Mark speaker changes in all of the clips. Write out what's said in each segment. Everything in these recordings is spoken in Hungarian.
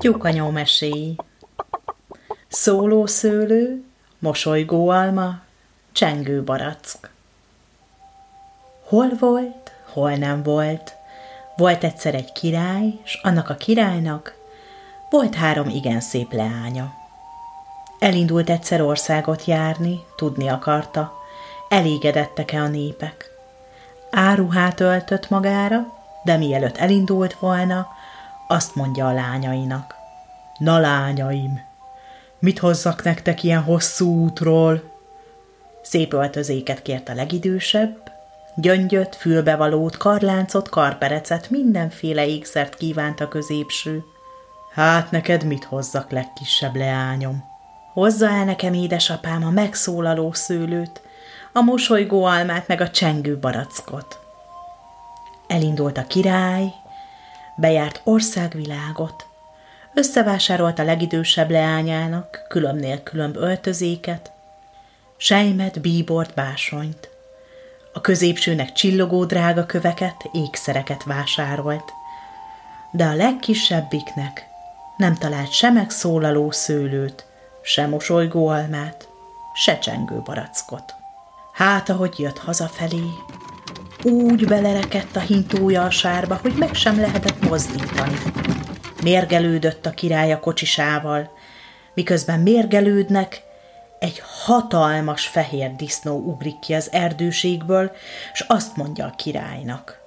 Speaker 1: Tyúkanyó meséi. Szólószőlő, mosolygó alma, csengő barack. Hol volt, hol nem volt. Volt egyszer egy király, s annak a királynak volt 3 igen szép leánya. Elindult egyszer országot járni, tudni akarta, elégedettek-e a népek. Áruhát öltött magára, de mielőtt elindult volna, azt mondja a lányainak. Na lányaim, mit hozzak nektek ilyen hosszú útról? Szép öltözéket kért a legidősebb, gyöngyöt, fülbevalót, karláncot, karperecet, mindenféle ékszert kívánt a középső. Hát neked mit hozzak, legkisebb leányom? Hozza el nekem, édesapám, a megszólaló szőlőt, a mosolygó almát, meg a csengő barackot. Elindult a király, bejárt országvilágot, összevásárolt a legidősebb leányának különbnél különb öltözéket, selymet, bíbort, básonyt. A középsőnek csillogó drága köveket, ékszereket vásárolt, de a legkisebbiknek nem talált se megszólaló szőlőt, se mosolygó almát, se csengő barackot. Hát, ahogy jött hazafelé, úgy belerekedt a hintója a sárba, hogy meg sem lehetett mozdítani. Mérgelődött a király a kocsisával, miközben mérgelődnek, egy hatalmas fehér disznó ugrik ki az erdőségből, s azt mondja a királynak.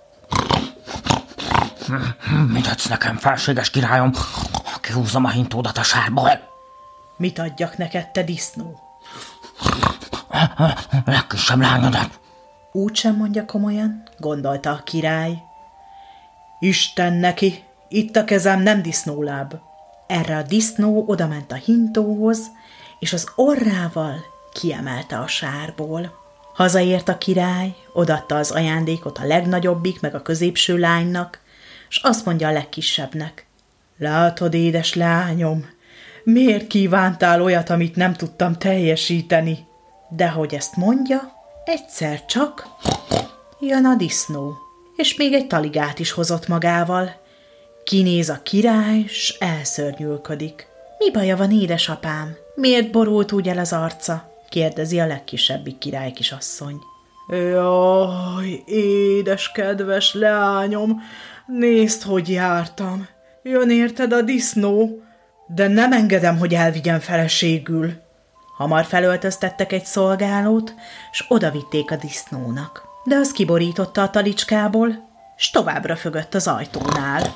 Speaker 2: Mit adsz nekem, felséges királyom? Kihúzom a hintódat a sárból.
Speaker 1: Mit adjak neked, te disznó?
Speaker 2: Legkisebb lányodat.
Speaker 1: Úgy sem mondja komolyan, gondolta a király. Isten neki, itt a kezem, nem disznóláb. Erre a disznó odament a hintóhoz, és az orrával kiemelte a sárból. Hazaért a király, odaadta az ajándékot a legnagyobbik, meg a középső lánynak, s azt mondja a legkisebbnek. Látod, édes lányom, miért kívántál olyat, amit nem tudtam teljesíteni? De hogy ezt mondja, egyszer csak jön a disznó, és még egy taligát is hozott magával. Kinéz a király, s elszörnyűlködik. Mi baja van, édesapám? Miért borult úgy el az arca? Kérdezi a legkisebbik király kisasszony. Jaj, édes kedves leányom, nézd, hogy jártam. Jön érted a disznó, de nem engedem, hogy elvigyen feleségül. Hamar felöltöztettek egy szolgálót, s odavitték a disznónak. De az kiborította a talicskából, s továbbra fögött az ajtónál.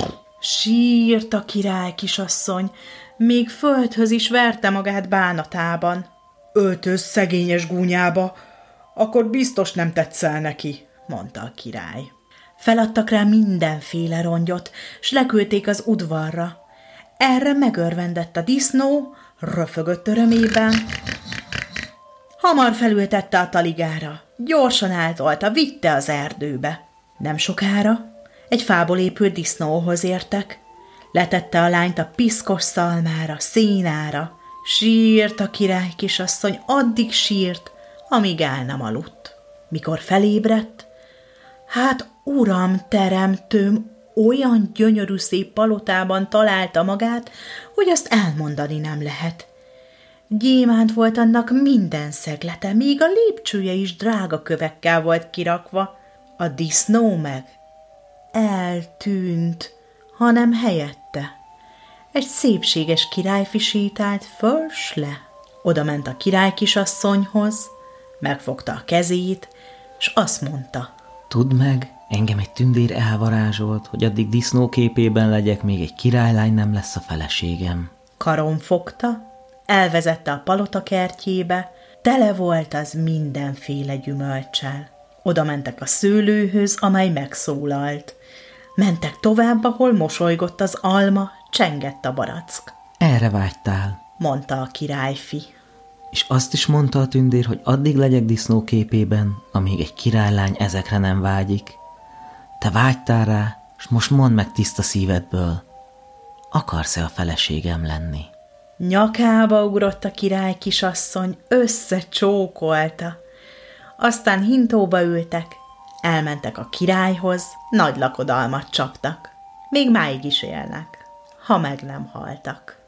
Speaker 1: Sírt a király kisasszony, még földhöz is verte magát bánatában. Öltöz szegényes gúnyába, akkor biztos nem tetszel neki, mondta a király. Feladtak rá mindenféle rongyot, s leküldték az udvarra. Erre megörvendett a disznó, röfögött örömében. Hamar felültette a taligára, gyorsan eltolta, vitte az erdőbe. Nem sokára egy fából épült disznóhoz értek. Letette a lányt a piszkos szalmára, szénára. Sírt a király kisasszony, addig sírt, amíg el nem aludt. Mikor felébredt, hát uram, teremtőm, olyan gyönyörű szép palotában találta magát, hogy azt elmondani nem lehet. Gyémánt volt annak minden szeglete, még a lépcsője is drága kövekkel volt kirakva. A disznó meg eltűnt, hanem helyette egy szépséges királyfi sétált föl s le. Oda ment a király kisasszonyhoz, megfogta a kezét, s azt mondta.
Speaker 3: Tudd meg, engem egy tündér elvarázsolt, hogy addig disznóképében legyek, még egy királylány nem lesz a feleségem.
Speaker 1: Karon fogta, elvezette a palota kertjébe, tele volt az mindenféle gyümölccsel. Oda mentek a szőlőhöz, amely megszólalt. Mentek tovább, ahol mosolygott az alma, csengett a barack.
Speaker 3: Erre vágytál,
Speaker 1: mondta a királyfi.
Speaker 3: És azt is mondta a tündér, hogy addig legyek disznóképében, amíg egy királylány ezekre nem vágyik. Te vágytál rá, és most mondd meg tiszta szívedből, akarsz-e a feleségem lenni?
Speaker 1: Nyakába ugrott a király kisasszony, összecsókolta. Aztán hintóba ültek, elmentek a királyhoz, nagy lakodalmat csaptak. Még máig is élnek. ha meg nem haltak.